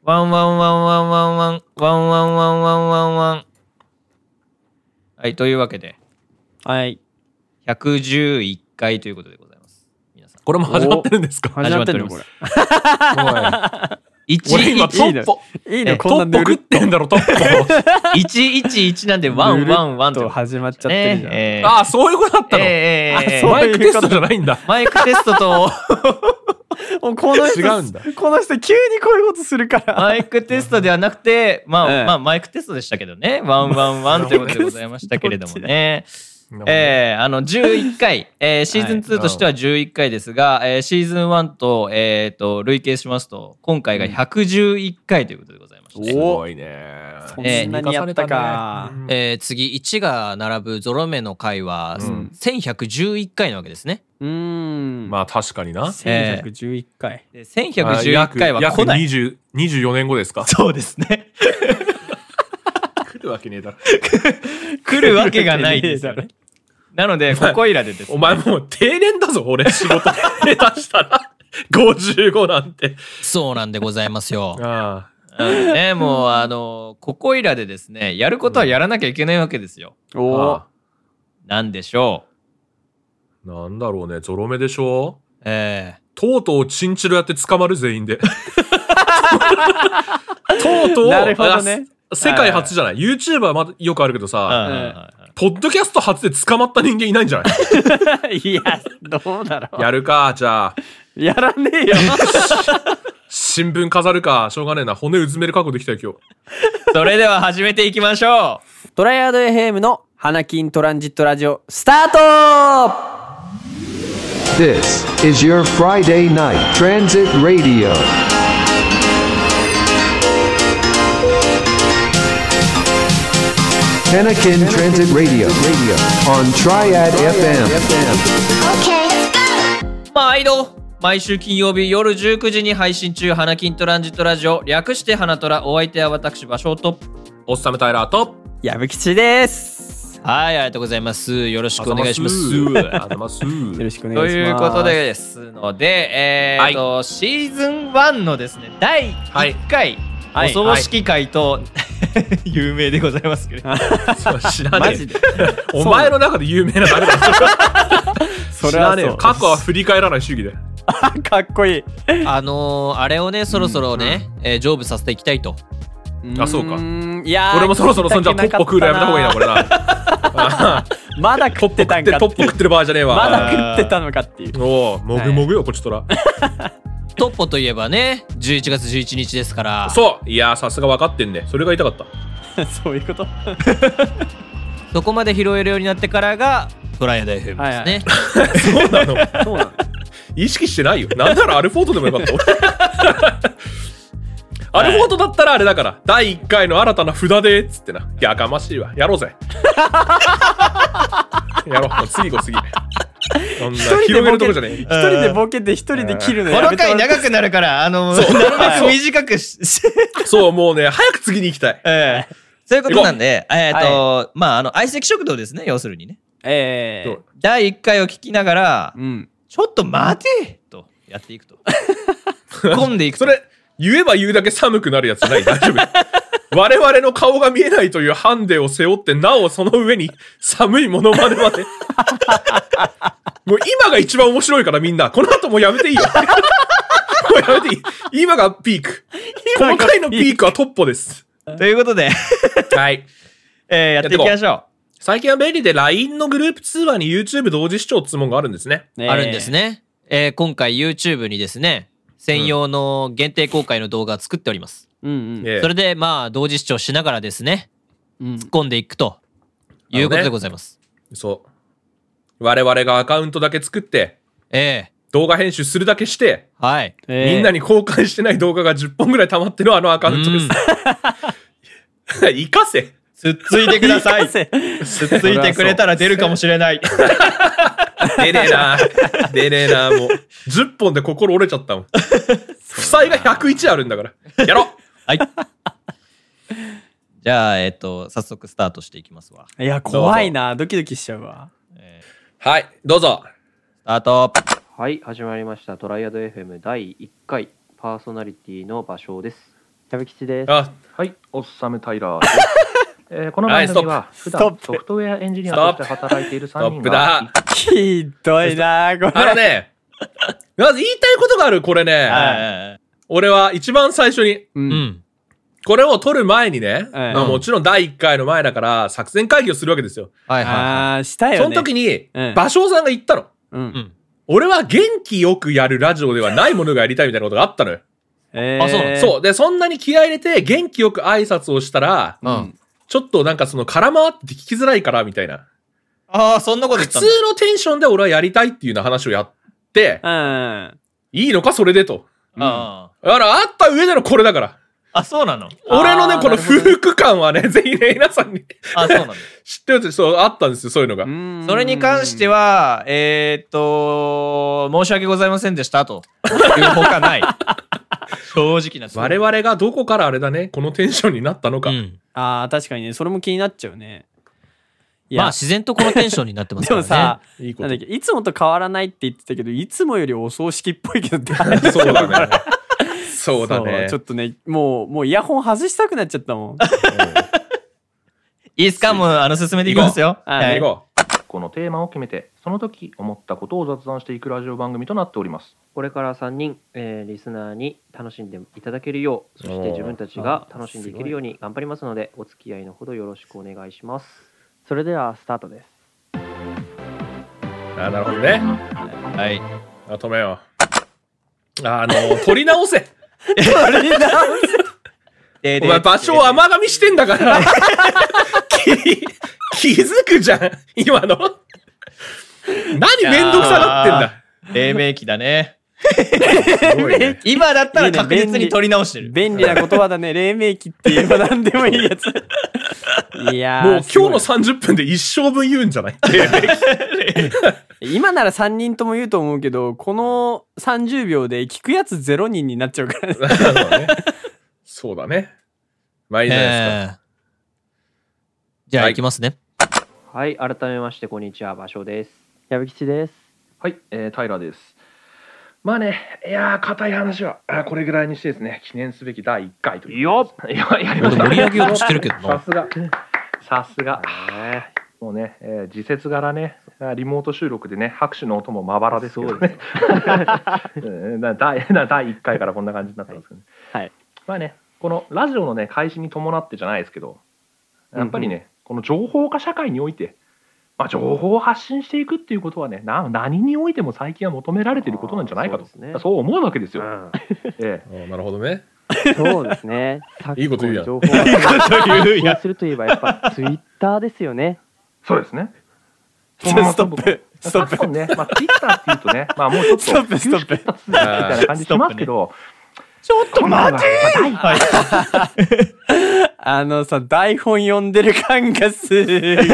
ワンワンワンワンワンワンワンワンワンワンワンワン。はい、というわけではい 111回ということでございます。皆さんこれも始まってるんですか？ 始まってるのこれ。 俺今ト 111 ッポいいのこトッポ食っんなぬるっとてんだろトッポ 111なんでワンワンワンと始まっちゃってるじゃん。 ああそういうことだったの、 そうマイクテストじゃないんだ。 マイクテストともうこの人違うんだ。 この人急にこういうことするから。 マイクテストではなくてまええあマイクテストでしたけどね、ワンワンワンということでございましたけれどもね。11回、シーズン2としては11回ですが、シーズン1と、累計しますと今回が111回ということでございまして、 すごいね。 そんなにやったか。 次1が並ぶゾロ目の回は、 うん 1111回なわけですね。 まあ確かにな。 1111回。 で1111回は来ない。 約24年後ですか？ そうですね。 来るわけねえだろ。 来るわけがないですよね。なのでここいらでですね、 お前もう定年だぞ俺仕事下手したら55なんて。 そうなんでございますよ。 あね、もうここいらでですねやることはやらなきゃいけないわけですよ。 おあなんでしょなんだろうね、ゾロ目でしょ。 えとうとうチンチロやって捕まる全員で。とうとうなるほどね。 世界初じゃない。YouTuber はまだよくあるけどう。 さ、ポッドキャスト初で捕まった人間いないんじゃないいやどうだろう。 やるか、じゃあ。 やらねえよ。 新聞飾るか、しょうがねえな。骨うずめる覚悟できたよ、今日。 それでは始めていきましょう。 トライアド FM の花金トランジットラジオスタート。 This is your Friday night transit radio. Hanakin Transit Radio on Triad FM. 毎週金曜日夜19時に配信中、花金トランジットラジオ、略して花トラ。お相手は私場所と、 おっさめタイラーと、 矢吹吉です。 はい、ありがとうございます。よろしくお願いします。 ありがとうございます。 よろしくお願といします。 いうことですので、シーズン1のですね第1回、 はいお葬式会と、有名でございますけれども、 そう知らねえ。 マジで。 お前の中で有名なだけだ。 それはそう知らねえよ。過去は振り返らない主義で。 かっこいい。 あれをね、そろそろね、成仏させていきたいと。 あそうかいやー俺もそろそろそんじゃトッポ食うのやめた方がいいな、これな。 まだ食ってたんかトッポ食ってる場合じゃねえわ。 まだ食ってたのかっていう。 おお、もぐもぐよ、こっちとら。 トッポといえばね、11月11日ですから。 そういやー、さすが分かってんね。それが言いたかった。 そういうこと。 そこまで拾えるようになってからがトライアド FM ですね。 そうなの。 そうなの。 意識してないよ。なんならアルフォートでもよかった。アルフォートだったらあれだから、第1回の新たな札でっつってな。やかましいわ。やろうぜ。やろう。もう次行こう、次。そんな広げるとこじゃねえ。 一人でボケて一人で切るのこのやめてもらって。 回長くなるからなるべく短くしてそう、もうね、早く次に行きたい。 そういうことなんで、 はまあ相席食堂ですね、要するにね。 そう第1回を聞きながら、 うん。 ちょっと待てとやっていくと。突っ込んでいくと。 それ、言えば言うだけ寒くなるやつない？大丈夫？我々の顔が見えないというハンデを背負って、なおその上に寒いモノマネまで。もう今が一番面白いからみんな。この後もうやめていいよ。もうやめていい。今がピーク。この回のピークはトッポです。 ということで、 はい。 やっていきましょ最近は便利で LINE のグループ通話に YouTube 同時視聴ってもんがあるんですね。 ねえあるんです。ね。今回 YouTube にですね、専用の限定公開の動画を作っております。 うんうん。 ええそれでまあ同時視聴しながらですね、 うん突っ込んでいくということでございます。 そう。我々がアカウントだけ作って、 ええ動画編集するだけして、 はい。 みんなに公開してない動画が10本ぐらい溜まってるあのアカウントです。活かせ。 う。つっついてください。つっせついてくれたら出るかもしれない。 出ねえな。出ねえな、もう。10本で心折れちゃったもん。負債が101あるんだから。やろう。 はい。じゃあ、早速スタートしていきますわ。 いや、怖いな。ドキドキしちゃうわ。 はい、どうぞ。 スタート。 はい、始まりました。トライアド FM 第1回パーソナリティの場所です。 矢吹吉です。 あ、 はい、おっさむタイラーです。この番組は普段ソフトウェアエンジニアとして働いている3人がひどいなこれ。 ね、まず言いたいことがある、これね。俺は一番最初に、これを撮る前にね、もちろん第1回の前だから作戦会議をするわけですよ。 したよね。 その時に、芭蕉さんが言ったの。俺は元気よくやるラジオではないものがやりたいみたいなことがあったのよ。そう。で、そんなに気合い入れて元気よく挨拶をしたら、ちょっとなんかその空回って聞きづらいからみたいな。 そんなこと言った普通のテンションで俺はやりたいっていうような話をやって、いいのかそれでと。だからあった上でのこれだから。 そうなの。 俺のね、この不服感はね、ぜひね、皆さんにそうなんだ。 知ってるって、そう、あったんですよ、そういうのが。 それに関しては、申し訳ございませんでしたというほかない。正直な。 我々がどこからあれだね、このテンションになったのか。 確かにね、それも気になっちゃうね。 まあ自然とこのテンションになってますからね。 でもさ、なんだっけ、いつもと変わらないって言ってたけど、いつもよりお葬式っぽいけど大丈夫そうだね。そうだね。 ちょっとね、もうイヤホン外したくなっちゃったもん。 いいっすか？もう進めていきますよ。 行こう。 このテーマを決めて、その時思ったことを雑談していくラジオ番組となっております。 これから3人、リスナーに楽しんでいただけるよう、そして自分たちが楽しんでいけるように頑張りますので、お付き合いのほどよろしくお願いします。 それではスタートです。 なるほどね。 はい。 止めよう。取り直せ。お前場所を甘噛みしてんだから気づくじゃん今の何めんどくさがってんだ。 黎明期だね。今だったら確実に取り直してる。 便利な言葉だね。黎明期って言えば何でもいいやつ。いやもう今日の30分で一生分言うんじゃない？ 今なら3人とも言うと思うけど、この30秒で聞くやつ0人になっちゃうからね。 そうだね。まあいいじゃないですか。 じゃあ行きますね。 はい、改めましてこんにちは、芭蕉です。 矢吹吉です。 はい、タイラーです。まあね、いやー、硬い話はこれぐらいにしてですね、記念すべき第1回という。 よっやりました。 盛り上げようとしてるけどな。 さすが。もうね、時節柄ね、リモート収録でね、拍手の音もまばらですけどね。第1回からこんな感じになったんですけどね。 はい。 まあね、このラジオのね、開始に伴ってじゃないですけど、やっぱりね、この情報化社会において、情報を発信していくっていうことはね、何においても最近は求められていることなんじゃないかと、そう思うわけですよ。 なるほどね。 そうですね。 いいこと言うやん。 情報を発信するといえばやっぱツイッターですよね。 そうですね。 ストップ。 昨今ね、ツイッターっていうとね、もうちょっとストップみたいな感じしますけど、 ちょっと待て台本読んでる感がすごい。い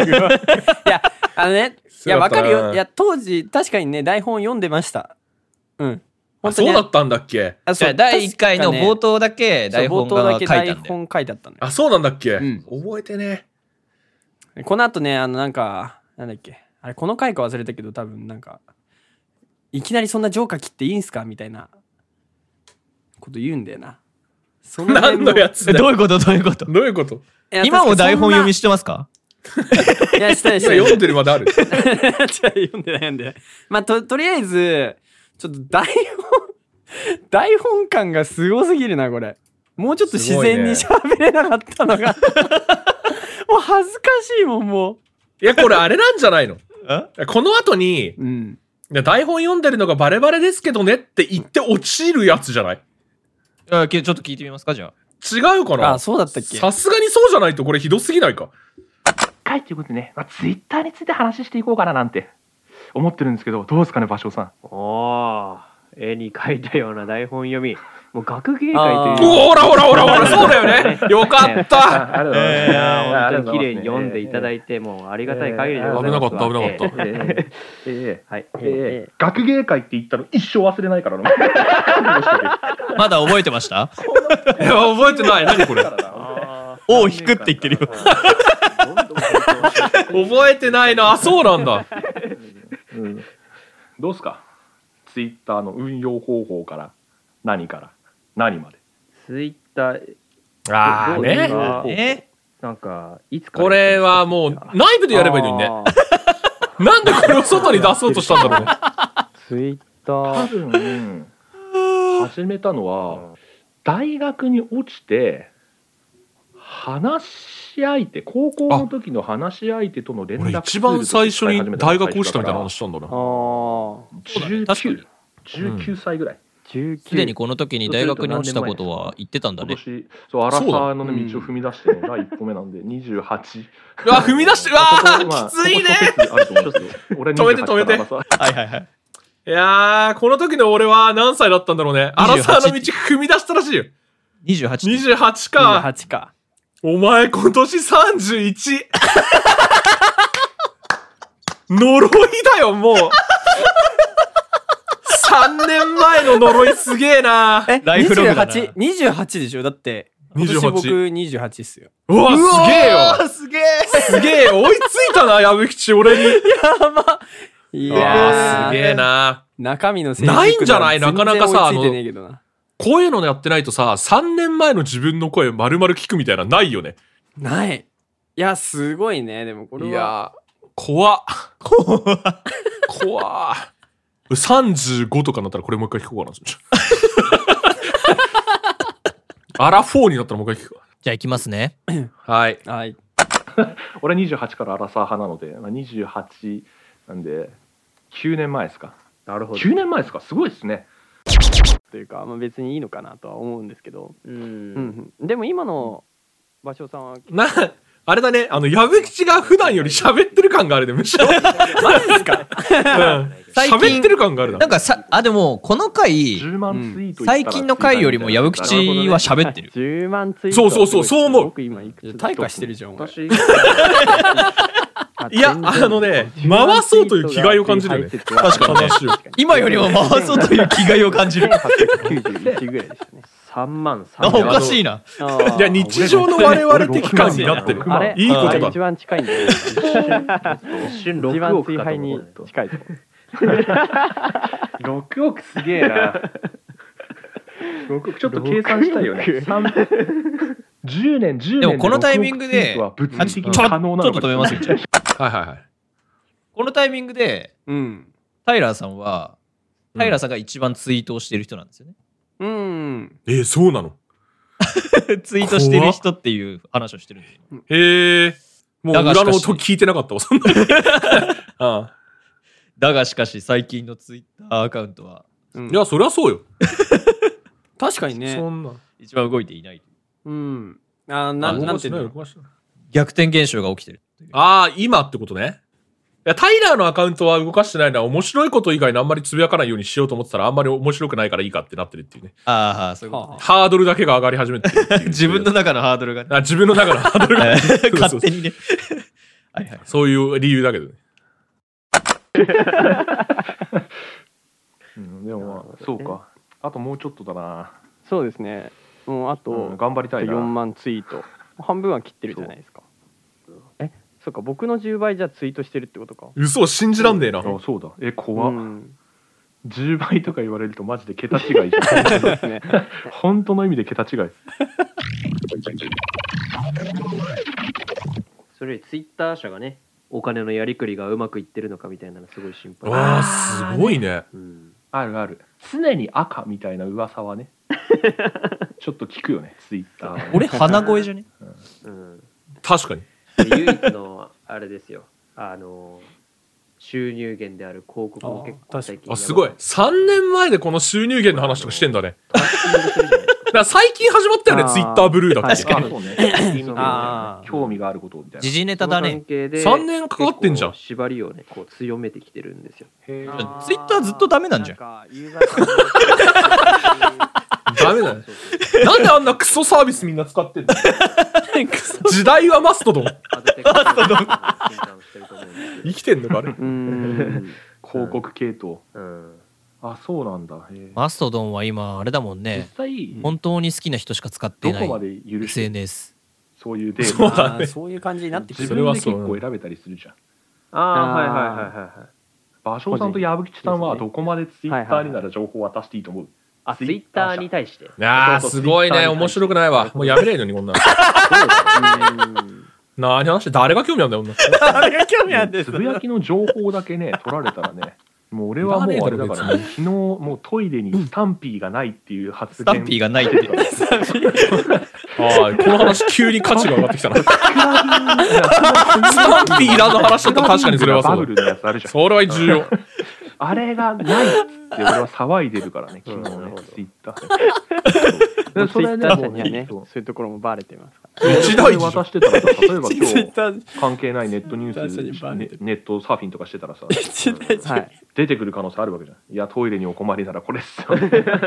や、わかるよ。いや、当時、確かにね、台本読んでました。 そうだったんだっけ？ じゃあ、第1回の冒頭だけ台本が書いてあったんだよ。 台本書いてあったのよ。 そうなんだっけ？覚えてね。 この後ね、なんだっけ。あれ、この回か忘れたけど、多分いきなりそんなジョーカー切っていいんすかみたいなこと言うんだよな。 何のやつだよ。 どういうこと今も台本読みしてますか？ いや、してない。 読んでるまである。 読んでない。とりあえず、ちょっと台本感がすごすぎるな、これ。もうちょっと自然に喋れなかったのが。もう恥ずかしいもん、もう。 いや、これあれなんじゃないの？この後に、台本読んでるのがバレバレですけどねって言って落ちるやつじゃない？ ちょっと聞いてみますか、じゃあ。 違うかな？ そうだったっけ？ さすがにそうじゃないとこれひどすぎないか？ 回ということでね、ツイッターについて話していこうかななんて思ってるんですけど、どうですかね、芭蕉さん。 絵に描いたような台本読み、もう学芸会という。 ほらそうだよね。よかった。 本当に綺麗に読んでいただいて、もうありがたい限りでございます。 危なかった。学芸会って言ったの一生忘れないからな。 まだ覚えてました？ いや、覚えてない。何これ。 を引くって言ってるよ。 覚えてないな。そうなんだ。 どうすか？ツイッターの運用方法から何まで。 ツイッター、 ああどうね。 なんかいつからこれはもう内部でやればいいのにね。なんでこれを外に出そうとしたんだろうね。 ツイッタ多ー分始めたのは大学に落ちて話し相手、高校の時の話し相手との連絡俺一番最初に大学落ちたみたいな話したんだな。 19歳ぐらい。 すでにこの時に大学に落ちたことは言ってたんだね。 今年そうアラサーの、ね、道を踏み出してのが一歩目なんで28。 うわ踏み出してうわーきついね。止めて。 はいはいはい。 いやーこの時の俺は何歳だったんだろうね。アラサーの道踏み出したらしいよ。 28。 28か。 28か。 お前今年31。呪いだよもう。3年前の呪いすげえな。 ライフログだな。 28でしょだって。今年僕28っすよ。 うわすげえよ。 すげえ。 すげえ追いついたな矢吹吉俺に。 やば。いやすげえな。 中身のないんじゃないなかなかさ全然追いついてねえけどな。 こういうのやってないとさ3年前の自分の声丸々聞くみたいなないよね。 ない。いやすごいね。でもこれは。 いや怖っ。怖っ。35とかになったらこれもう一回聞こうかな。アラフォーになったらもう一回聞くわ。 じゃあ行きますね。 はい。 はい。 俺28からアラサー派なので、28なんで9年前ですか。 なるほど。 9年前ですか。すごいですね。 というか、まあ、別にいいのかなとは思うんですけど、 うんでも今の芭蕉さんはあれだね、矢吹吉が普段より喋ってる感があるね、むしろ。マジですか。喋ってる感があるな。 なんかでもこの回 10万ツイート最近の回よりも矢吹吉は喋ってる。 10万ツイート。 そう思う。 僕今いくつ退化してるじゃん。 私いや回そうという気概を感じるよね。 確かにね。今よりも回そうという気概を感じる。 891ぐらいでしたね。 3万お 3 かしいな。 いや日常の我々的感になってる。 あれいいことだ。 一番近いんで。 一瞬一 6 番億かと追敗に思った近いと。 6億すげえな。6億ちょっと計算したいよね。10年でもこのタイミングでは物理的にちょっと可能なのか。 止めますよ。 はい。 このタイミングでタイラーさんはタイラーさんが一番ツイートをしてる人なんですよね。 そうなの。 ツイートしてる人っていう話をしてるんですよ。 へえ。もう裏の音聞いてなかったわそんな。 だがしかし最近のツイッターアカウントは、 いやそりゃそうよ。 確かにね。 そんな。 一番動いていない。 なんていうの。 逆転現象が起きてる。 今ってことね。いやタイラーのアカウントは動かしてないのは面白いこと以外にあんまりつぶやかないようにしようと思ってたらあんまり面白くないからいいかってなってるっていうね。 そういうことね。 ハードルだけが上がり始めてるっていう。 自分の中のハードルがね。 自分の中のハードルが勝手にね。 そういう理由だけどね。 でもそうか。あともうちょっとだな。 そうですね。もうあと頑張りたいな。 4万ツイート。半分は切ってるじゃないですか。そうか、僕の10倍じゃツイートしてるってことか。 嘘信じらんねえな。 そうだ。怖っ。10倍とか言われるとマジで桁違いじゃん。そうですね。本当の意味で桁違いです。 それよりツイッター社がねお金のやりくりがうまくいってるのかみたいなのすごい心配。 わあすごいね。 ある。常に赤みたいな噂はねちょっと聞くよねツイッター。 俺鼻声じゃね。 確かに。 唯一のあれですよ。収入源である広告も結構最近すごい。3年前でこの収入源の話とかしてんだね。だから最近始まったよねツイッターブルーだって。 確かに。興味があることみたいな。 時事ネタだね。 3年かかってんじゃん。 縛りをねこう強めてきてるんですよ。 ツイッターずっとダメなんじゃん。 ダメだね。なんであんなクソサービスみんな使ってんの。時代はマストドン。生きてんのかあれ。 広告系統。そうなんだ。 マストドンは今あれだもんね。本当に好きな人しか使ってない SNS。 そういうデータ。 そういう感じになってきて自分で結構選べたりするじゃん。芭蕉さんと矢吹さんはどこまでツイッターになら情報を渡していいと思う？ あ、ツイッターに対して。 すごいね。面白くないわ。もうやめれんのに、こんなの。何話して誰が興味あるんだよ、女。 誰が興味あるんですつぶやきの情報だけね、取られたらね、もう俺はもうあれだからね、昨日もうトイレにスタンピーがないっていう発言。 スタンピーがないっていう。 この話急に価値が上がってきたな。スタンピーらの話だったら確かにそれはそうだ。それは重要。 あれがないって俺は騒いでるからね、昨日ね、ツイッターで。 それね、そういうところもバレてますから。 一台渡してたらさ、例えば今日関係ないネットニュース、ネットサーフィンとかしてたらさ、出てくる可能性あるわけじゃん。いや、トイレにお困りならこれっすよね。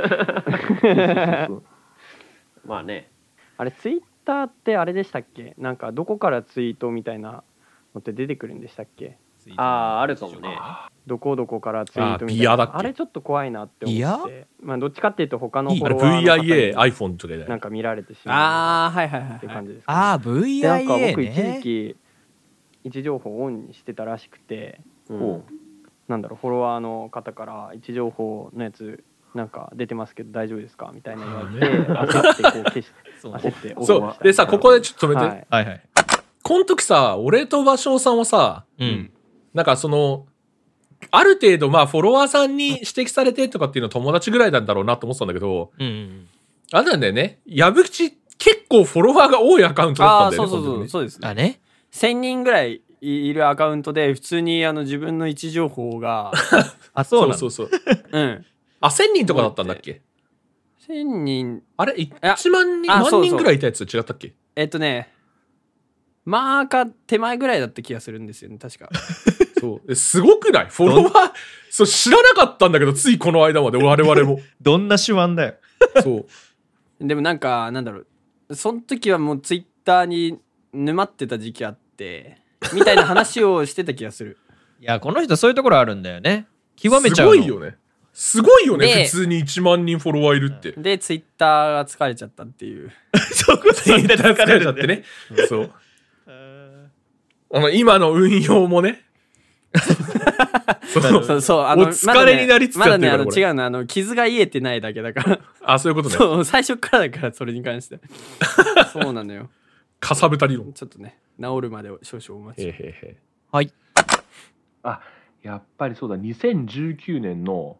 まあね。 あれ、ツイッターってあれでしたっけ？なんかどこからツイートみたいなのって出てくるんでしたっけ？ あるかもね。 どこどこからツイートみたいな。あれちょっと怖いなって思って。まあどっちかっていうと他のフォロワーの方に VIA、iPhone とかでなんか見られてしまうって感じですかね。 VIA なんか僕一時期位置情報をオンにしてたらしくて、なんだろう、フォロワーの方から位置情報のやつなんか出てますけど大丈夫ですかみたいな言われて、焦ってこう消して焦ってそうでさ、ここでちょっと止めて。 はいはい。 この時さ、俺と芭蕉さんはさ、なんかその、ある程度まあフォロワーさんに指摘されてとかっていうのは友達ぐらいなんだろうなと思ってたんだけど、あれなんだよね。矢吹結構フォロワーが多いアカウントだったんだよね。 そうですね。1000人ぐらいいるアカウントで普通に自分の位置情報がそう。 うん。 1000人とかだったんだっけ ？1000人。 あれ ?1 万人、何人ぐらいいたやつ違ったっけ？ まあか手前ぐらいだった気がするんですよね、確か。 そう。すごくないフォロワー、そう、知らなかったんだけど、ついこの間まで我々も。 どんな手腕だよ。 そう。 でもなんか、なんだろう。その時はもうツイッターに沼ってた時期あって、みたいな話をしてた気がする。 いや、この人そういうところあるんだよね。極めちゃうの。 すごいよね。すごいよね、普通に1万人フォロワーいるって。 で、ツイッターが疲れちゃったっていう。 そこツイッター疲れちゃってね。 そう。今の運用もね。 そう。 疲れになりつつあってるから。 まだね、違うの。傷が癒えてないだけだから。 あ、そういうことね。 そう、最初からだから、それに関して。そうなのよ。 かさぶた理論。 ちょっとね、治るまで少々お待ち。 はい。 あ、やっぱりそうだ、2019年の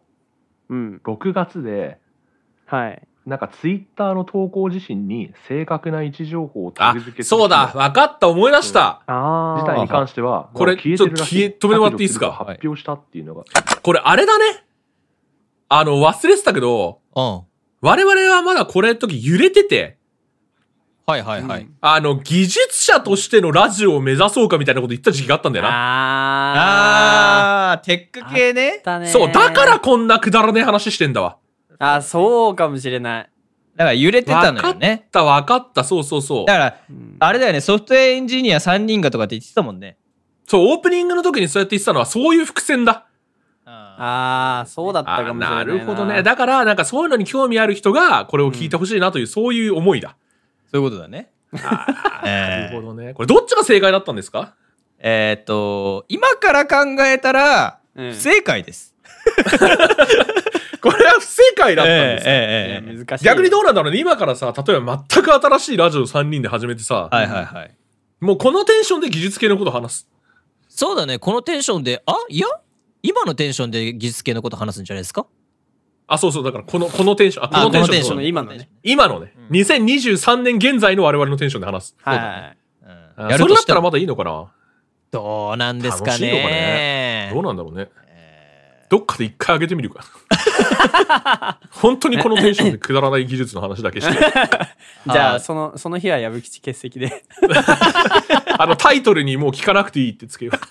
6月で、 はい。 なんかツイッターの投稿自身に正確な位置情報をタグ付けする。 そうだ、分かった、思い出した。 事態に関しては、 これ、ちょっと止めてもらっていいですか？ 発表したっていうのが。 これ、あれだね。忘れてたけど、我々はまだこれ時揺れてて、 はいはいはい。 技術者としてのラジオを目指そうかみたいなこと言った時期があったんだよな。テック系ね。 そう、だからこんなくだらねえ話してんだわ。 そうかもしれない。 だから揺れてたのよね。 分かった、そう。 だから、あれだよね、ソフトウェアエンジニア3人がとかって言ってたもんね。 そう、オープニングの時にそうやって言ってたのは、そういう伏線だ。 そうだったかもしれないな。 なるほどね。だから、なんかそういうのに興味ある人が、これを聞いてほしいなという、そういう思いだ。 そういうことだね。 なるほどね。これどっちが正解だったんですか？ 今から考えたら、不正解です。 これは不正解だったんですよ。 難しい。 逆にどうなんだろうね。今からさ、例えば全く新しいラジオ3人で始めてさ、もうこのテンションで技術系のこと話す。 そうだね。このテンションで、いや今のテンションで技術系のこと話すんじゃないですか？ そう。だからこのテンション。このテンション。 今のね。 今のね。2023年現在の我々のテンションで話す。 はい。 それだったらまだいいのかな？ どうなんですかね。 楽しいのかね。どうなんだろうね。どっかで一回上げてみるか。本当にこのテンションでくだらない技術の話だけして。 じゃあ、その日は矢吹欠席で。 タイトルにもう聞かなくていいってつけよう。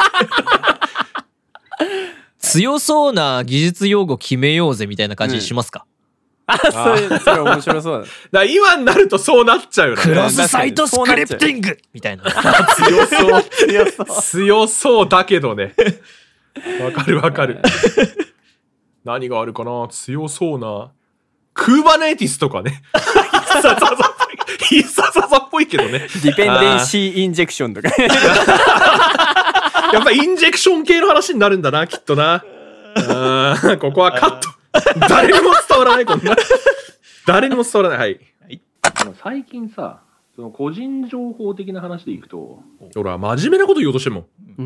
強そうな技術用語決めようぜみたいな感じにしますか？ それ面白そうだ。今になるとそうなっちゃうよね。 クロスサイトスクリプティングみたいな。 強そうだけどね。わかる。何があるかな？強そうな。クーバネイティスとかね。必殺技っぽいけどね。 ディペンデンシーインジェクションとか。 やっぱインジェクション系の話になるんだな、きっとな。ここはカット。 誰にも伝わらないこんな。誰にも伝わらない。はい。 最近さ、その個人情報的な話でいくと、 俺は真面目なこと言おうとしてるもん。 うん。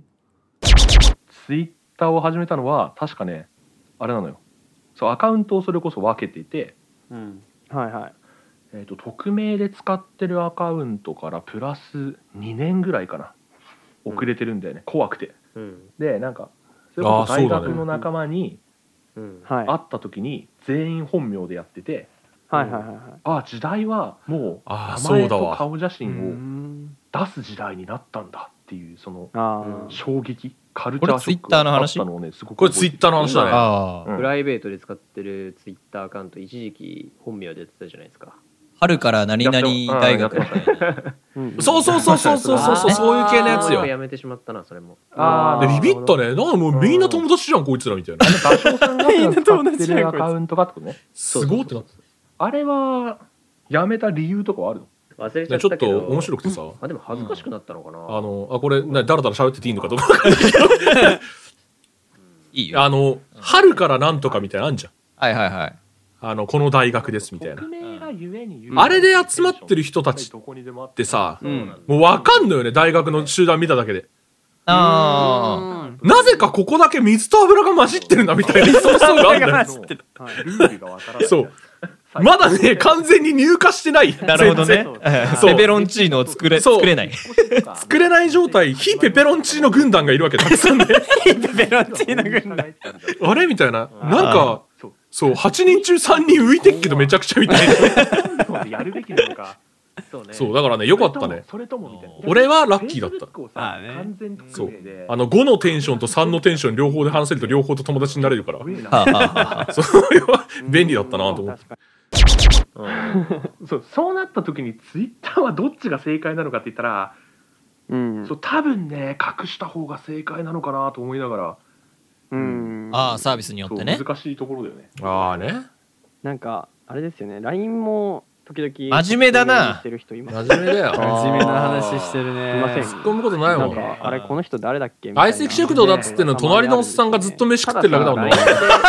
ツイッターを始めたのは確かね、あれなのよ。そうアカウントをそれこそ分けていて、 うん。 はいはい。 匿名で使ってるアカウントからプラス2年ぐらいかな遅れてるんだよね、怖くて。 うん。 でなんかそれこそ大学の仲間にうん。 はい。 会った時に全員本名でやってて、 はいはいはいはい。 あ時代はもうあ名前そうだわと顔写う真をん出す時代になったんだっていうそのあ衝撃、カルチャーショックこれツイッターのがあっ話たのをねすごくこれツイッターの話だね。 ああ、 うんプライベートで使ってるツイッターアカウント一時期本名でやってたじゃないですか。 春から何々大学みたいな。 うんそうそういう系のやつよ。 やめてしまったなそれも。 であービビったね。なんかもうみんな友達じゃんこいつらみたいな。 場所さんが使ってるアカウントがってことね。 すごいってなってあれはやめた理由とかはあるの？ 忘れちゃた。ちょっったけど。 と面白くてさ。 あでも恥ずかしくなったのかな。 これだらだら喋ってていいのかどうかわかんないけど。 いいよ。 春からなんとかみたいなのあんじゃん。 はいはいはい。 この大学ですみたいな。 匿名がゆえにあれで集まってる人たちってさ、 うんもうわかんのよね、大学の集団見ただけで。 あなぜかここだけ水と油が混じってるなみたいなそうがあるんだよ。 ルールがわからない。 そう。まだね、完全に入荷してない。 あ、なるほどね。 そうペペロンチーノを作れない。 作れない状態、非ペペロンチーノ軍団がいるわけたくさんね。 ペペロンチーノ軍団。 あれみたいな。なんか、そう、8人中3人浮いてっけどめちゃくちゃみたいな。 やるべきなのか。 そうね。 そう、だからね、よかったね。 それともみたいな。 俺はラッキーだった。 ああね完全そう匿名で。 5のテンションと3のテンション両方で話せると両方と友達になれるから。 はあはあはあそれは便利だったなと思って。 確かそうなった時にツイッターはどっちが正解なのかって言ったら、 に。うんそう多分ね隠した方が正解なのかなと思いながら、 うん。 ああ、サービスによってね。 そう難しいところだよね。 ああね。 なんかあれですよね。LINE も時々 真面目だなしてる人います。 真面目だよ。 真面目な話してるね。すいません。 突っ込むことないもん。 なんかあれこの人誰だっけみたいな。 相席食堂だっつってんの隣のおっさんがずっと飯食ってるだけだもんね。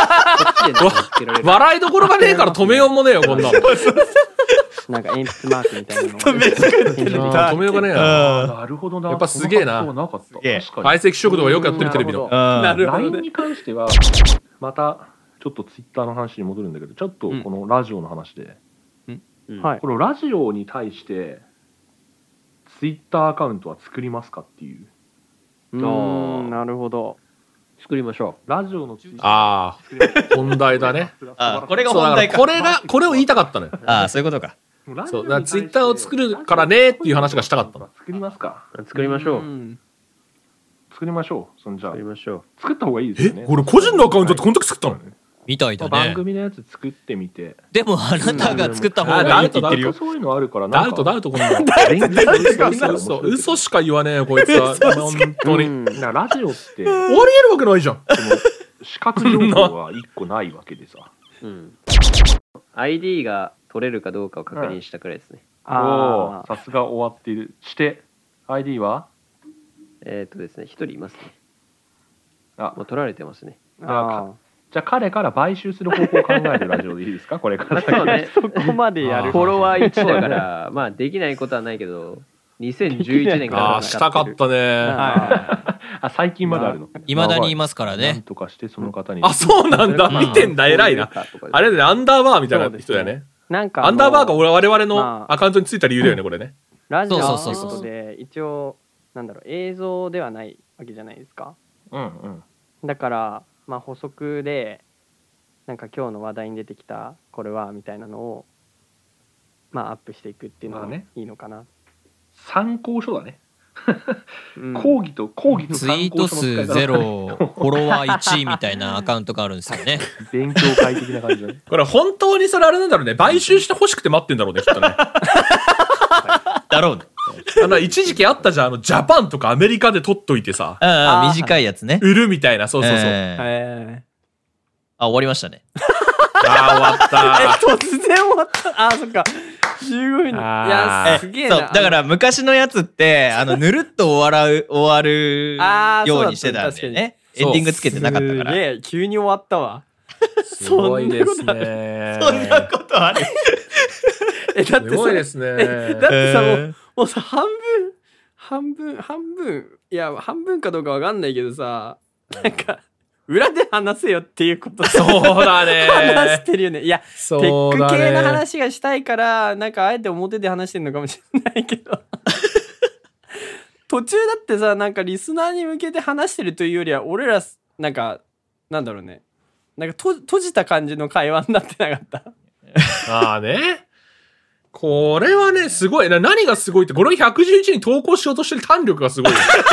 笑いどころがねえから止めようもねえよこんなの。 なんか鉛筆マークみたいなのを。 止めようがねえな。 なるほどな。 やっぱすげえなこの発想はなかった。 げえ確かに。 相席食堂がよくやってるテレビの。 なるほど LINE ね。 に関してはまたちょっとツイッターの話に戻るんだけど、ちょっとこのラジオの話で、 はい。 このラジオに対してツイッターアカウントは作りますかっていう。 なるほど。 作りましょラジオのツイッターああ、本題だね。 あ、これがそうだ本題か。 からこれを言いたかったのよ。 ああ、そういうことか。 そうだからツイッターを作るからねっていう話がしたかったの。 作りますか。 う。作りましょう。 ん作りましょう。そんじゃあ作りましょ作った方がいいですよね。 俺個人のアカウントってこの時作ったの？ みたいだ番ね。 組のやつ作ってみて。 でもあなたが作った方がいいって言ってるよ。 そういうのあるからダウトこんなの。嘘しか言わねえよこいつは。本当に。 だからラジオってありえるわけないじゃん。 視覚情報が一個ないわけでさ。 う。うん。ID が取れるかどうかを確認したくらいですね。 おあーさすが終わっている。して ID はですね、一人いますね。 あもう取られてますね。 あじゃあ彼から買収する方法を考えるラジオでいいですかこれから先。 そうね。 そこまでやる。 フォロワー1だから、まあできないことはないけど、2011年からああしたかったね。 あ最近まであるの。 いまだにいますからなんね。 とかしてその方に。 あそうなんだ。見てんだ偉いな。あれだねアンダーバーみたいな人だよね。 なんかアンダーバーが我々のまあアカウントについた理由だよねこれね。 ラジオのそうそうそうことで一応なんだろう映像ではないわけじゃないですか。 うんうん。 だからまあ補足でなんか今日の話題に出てきたこれはみたいなのをまあアップしていくっていうのがまあねいいのかな。 参考書だね。 うん講義とツイート数0、フォロワー1みたいなアカウントがあるんですよね。 勉強会的な感じだね。 これ本当にそれあれなんだろうね。買収して欲しくて待ってんだろうねきっとね。 だろうね。 一時期あったじゃんジャパンとかアメリカで撮っといてさああ、 あー短いやつね。 売るみたいな。そうそうそう。 あ、終わりましたね。 あー終わった。 突然終わった。あそっか。15分。いあーやすげえな。 そう、だから昔のやつって、ぬるっと終わるあーようにしてたんだよね。エンディングつけてなかったから。 すげえ急に終わったわ。 すごいですね。 そんなことある。 だってさ、 すごいですね。 だってさ、もうさ、半分、いや、半分かどうかわかんないけどさ、なんか、裏で話せよっていうことそうだね。 話してるよね。いや、テそうだね。 ック系の話がしたいから、なんかあえて表で話してんのかもしれないけど。途中だってさ、なんかリスナーに向けて話してるというよりは、俺ら、なんか、なんだろうね。なんか閉じた感じの会話になってなかった。 ああね。これはね、すごい。何がすごいって、この111に投稿しようとしてる胆力がすごい。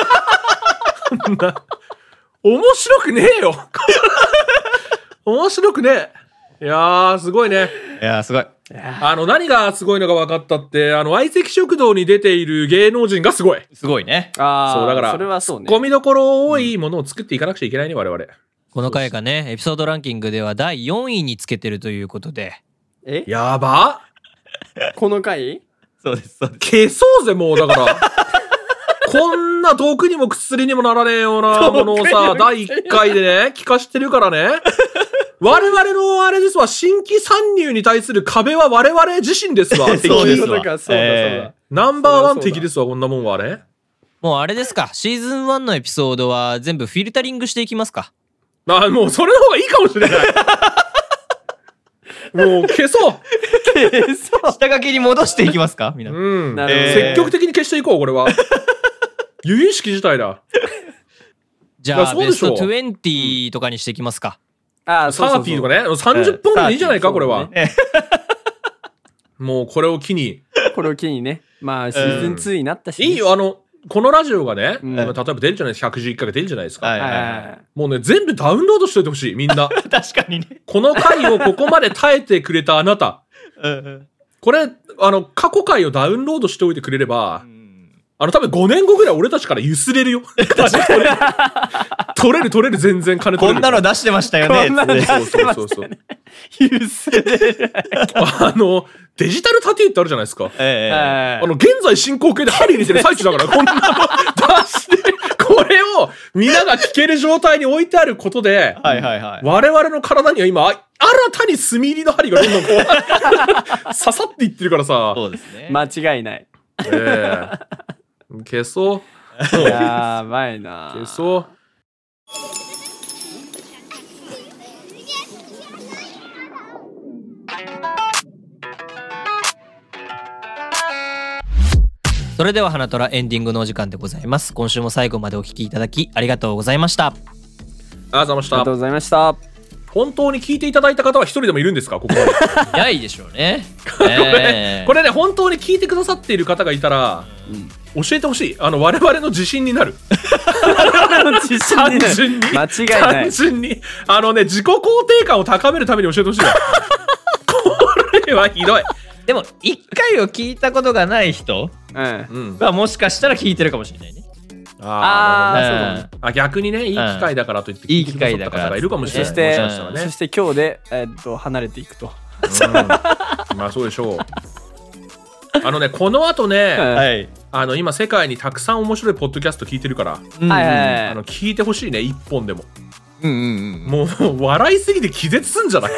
面白くねえよ。面白くねえ。いやー、すごいね。 いや、すごい。 何がすごいのが分かったって、相席食堂に出ている芸能人がすごい。 すごいね。 ああ、 そう、だから、 それはそうね。 ゴミどころ多いものを作っていかなくちゃいけないね、我々。 この回がね、エピソードランキングでは第4位につけてるということで。 えやばこの回そうです、そうです。 消そうぜ、もう、だから。こんな毒にも薬にもならねえようなものをさ、第1回でね、聞かしてるからね。我々のあれですわ、新規参入に対する壁は我々自身ですわ。 そういうことわか、そうだ、そうだ。 ナンバーワン敵ですわ、こんなもんはね。 もうあれですか、シーズン1のエピソードは全部フィルタリングしていきますか。 もうそれの方がいいかもしれない。もう消そう。 下書きに戻していきますか、みんな。 うん。 なるほど積極的に消していこう、これは。由々しき事態だ。 じゃあ、ベスト20とかにしていきますか。 ああ、そうそうそう 30とかね。30分ぐらいでいいんじゃないか、これは。 ねもうこれを機に。 これを機にね。まあ、シーズン2になったしね。 いいよ、このラジオがね、 ん例えば出るじゃないですか、111回が出るじゃないですか。 はいはいはい。 はもうね、全部ダウンロードしといてほしい、みんな。 確かにね。 この回をここまで耐えてくれたあなた。これ、過去回をダウンロードしておいてくれれば、多分5年後ぐらい俺たちからゆすれるよ。取れる、全然金取れる。 こんなの出してましたよね。 こんなの出そうそうそうそう。 い。ゆすれる。 デジタルタトゥーってあるじゃないですか。 はい現在進行形で針入れてる最中だから、こんなの出して、これをみんなが聞ける状態に置いてあることで、 はいはいはい。 我々の体には今、新たに炭入りの針がどんどんこう、刺さっていってるからさ。 そうですね。 間違いない。 消そう。 やばいな。 消そう。 それでは花虎エンディングのお時間でございます。今週も最後までお聞きいただきありがとうございました。 ありがとうございました。 ありがとうございました。 本当に聞いていただいた方は一人でもいるんですか、ここまで。 いないでしょうね。 これね、本当に聞いてくださっている方がいたら、教えてほしい。我々の自信になる。単純に。 間違いない単純に。自己肯定感を高めるために教えてほしいわ。これはひどい。 でも、一回を聞いたことがない人うん。 はもしかしたら聞いてるかもしれないね。 あーなるほどね逆にね、いい機会だからといって、 いい機会だから方がいるかもしれない。 そしてもしかしたらねそして今日で、離れていくと。 まあそうでしょう。この後ね、 い。 今世界にたくさん面白いポッドキャスト聞いてるから、 はいはいはい。 聞いてほしいね、一本でも。 うんうんうん。 もう、笑いすぎて気絶すんじゃない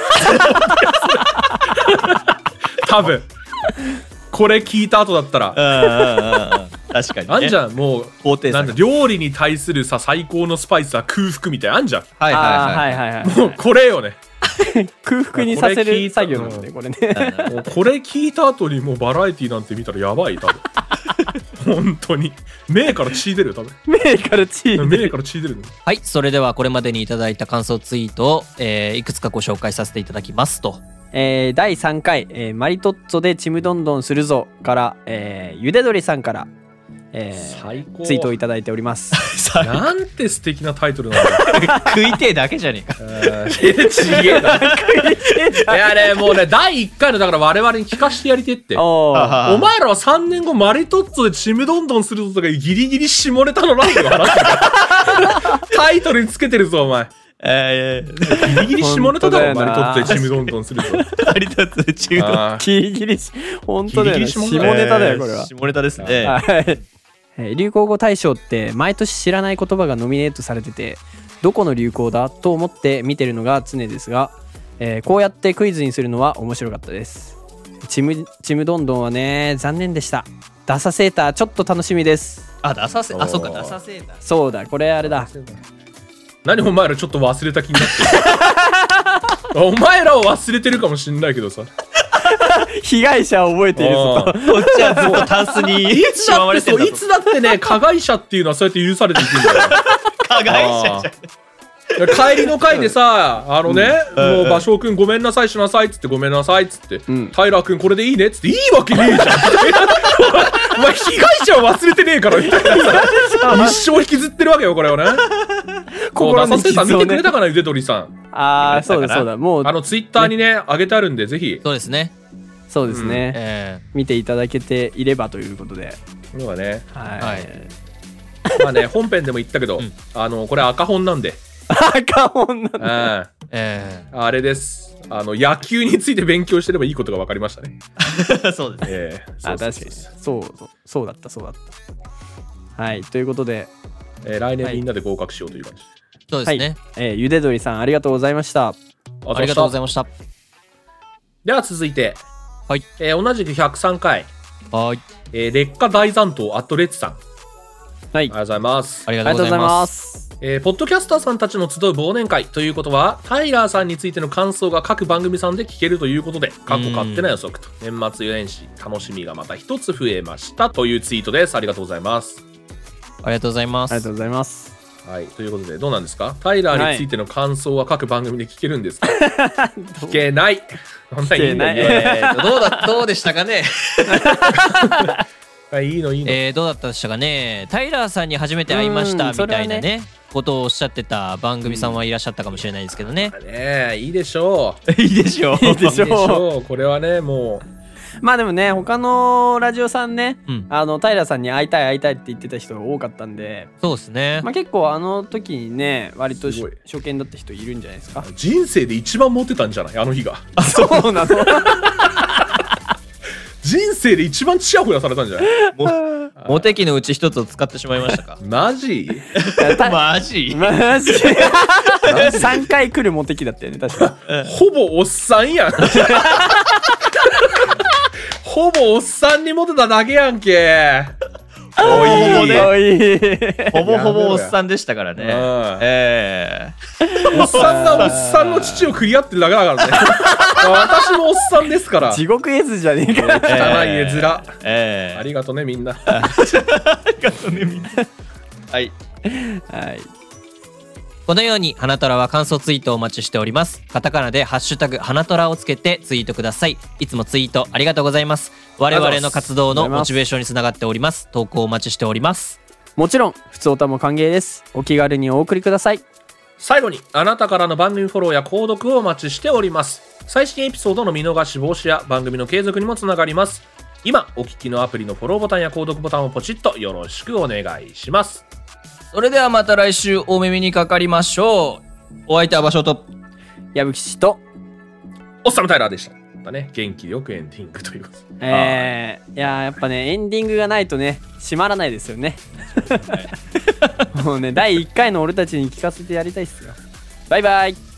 多分。これ聞いた後だったら。 確かに、ね。 あんじゃん、もう、 肯定なんだ、料理に対するさ、最高のスパイスは空腹みたいなあんじゃん。 はいあーははいいはいはい。 もう、これよね。 空腹にさせる作業なので、これね。 もうこれ聞いた後にもうバラエティなんて見たらやばい、多分。本当に。目から血出るよ、多分。 目から血目から血出るの。 はい。それではこれまでにいただいた感想ツイートを、いくつかご紹介させていただきますと。 第3回、マリトッツォでちむどんどんするぞから、ゆでどりさんから、 最高。 ツイートをいただいております。 なんて素敵なタイトルなんだ。 食いてえだけじゃねえか。 ちげえな。いやね、もうね、第1回のだから我々に聞かしてやりてって。おおー前らは3年後マリトッツォでちむどんどんするぞとかギリギリ下ネタのラジオ話してるからタイトルにつけてるぞ、お前。ギリギリ下ネタだろ、マリトッツォでちむどんどんするぞ。 マリトッツォで中毒。 あーギリギリ本当だよね。 ギリギリ下ネタだよ、これは。 下ネタですね。 はい流行語大賞って毎年知らない言葉がノミネートされてて、 どこの流行だと思って見てるのが常ですが、こうやってクイズにするのは面白かったです。ちむどんどんはね残念でした。ダサセーターちょっと楽しみです。 あ、ダサセあ、そうか、ダサセーター。 そうだ、これあれだ。 何お前らちょっと忘れた気になってるお前らを忘れてるかもしんないけどさ、 被害者を覚えているぞと。 こっちはずっとタンスにいつだってそう、いつだってね、加害者っていうのはそうやって許されていくんだよ。 加害者じゃん。 帰りの会でさ、もう馬匠くんごめんなさいしなさいっつって、ごめんなさいっつって、タイラーくんこれでいいねっつって、いいわけねえじゃんお前被害者を忘れてねえからみたいな一生引きずってるわけよこれをね。 心の傷をね。 見てくれたかな、ゆで鳥さん。 ああ、そうだそうだ。もうツイッターにね上げてあるんで、ぜひ。 そうですね。 そうですね。見ていただけていればということで。 そうだね。 はい。 まあね、本編でも言ったけど、これ赤本なんで。 赤本なんだ。 あれです。野球について勉強してればいいことが分かりましたね。 そうですね。 確かにそうだった。はい、ということで、 来年みんなで合格しようという感じ。 そうですね。 ゆでどりさんありがとうございました。 ありがとうございました。 では続いて、同じく103回、劣化大残党アットレッツさん。ありがとうございます。 ありがとうございます。 ポッドキャスターさんたちの集う忘年会ということは、タイラーさんについての感想が各番組さんで聞けるということで、過去勝手な予測と年末年始楽しみがまた一つ増えましたというツイートです。ありがとうございます。 ありがとうございます。 ありがとうございます。 はい、ということでどうなんですか、タイラーについての感想は各番組で聞けるんですか？聞けない。 聞けない。 どうでしたかね。 いいの。 どうだったでしたかね。タイラーさんに初めて会いましたみたいなねことをおっしゃってた番組さんはいらっしゃったかもしれないですけどね。 いいでしょう。 いいでしょう。 これはね、もうまあでもね、他のラジオさんね、タイラーさんに会いたいって言ってた人が多かったんで、 そうですね。 まあ結構時にね、割と初見だった人いるんじゃないですか。 人生で一番モテたんじゃない、あの日が。 そうなの。 人生で一番チヤホヤされたんじゃない？ モテ期のうち一つを使ってしまいましたか？ マジ 3回来るモテ期だったよね、確か。 ほぼおっさんやん。ほぼおっさんにモテただけやんけ。 ほぼほぼおっさんでしたからね。 おっさんがおっさんの父を食い合ってるだけだからね。私もおっさんですから。 地獄絵図じゃねえか。 汚い絵面。ありがとねみんな。 ありがとねみんな。はい。このように花虎は感想ツイートをお待ちしております。カタカナでハッシュタグ花虎をつけてツイートください。いつもツイートありがとうございます。我々の活動のモチベーションにつながっております。投稿お待ちしております。 もちろん普通歌も歓迎です。お気軽にお送りください。 最後にあなたからの番組フォローや購読をお待ちしております。最新エピソードの見逃し防止や番組の継続にもつながります。今お聞きのアプリのフォローボタンや購読ボタンをポチッとよろしくお願いします。 それではまた来週お耳にかかりましょう。お相手は場所と矢吹氏とおっさんのタイラーでした。またね、元気よくエンディングということで。 いややっぱね、エンディングがないとね閉まらないですよね。もうね、第1回の俺たちに聞かせてやりたいっすよ。バイバイ。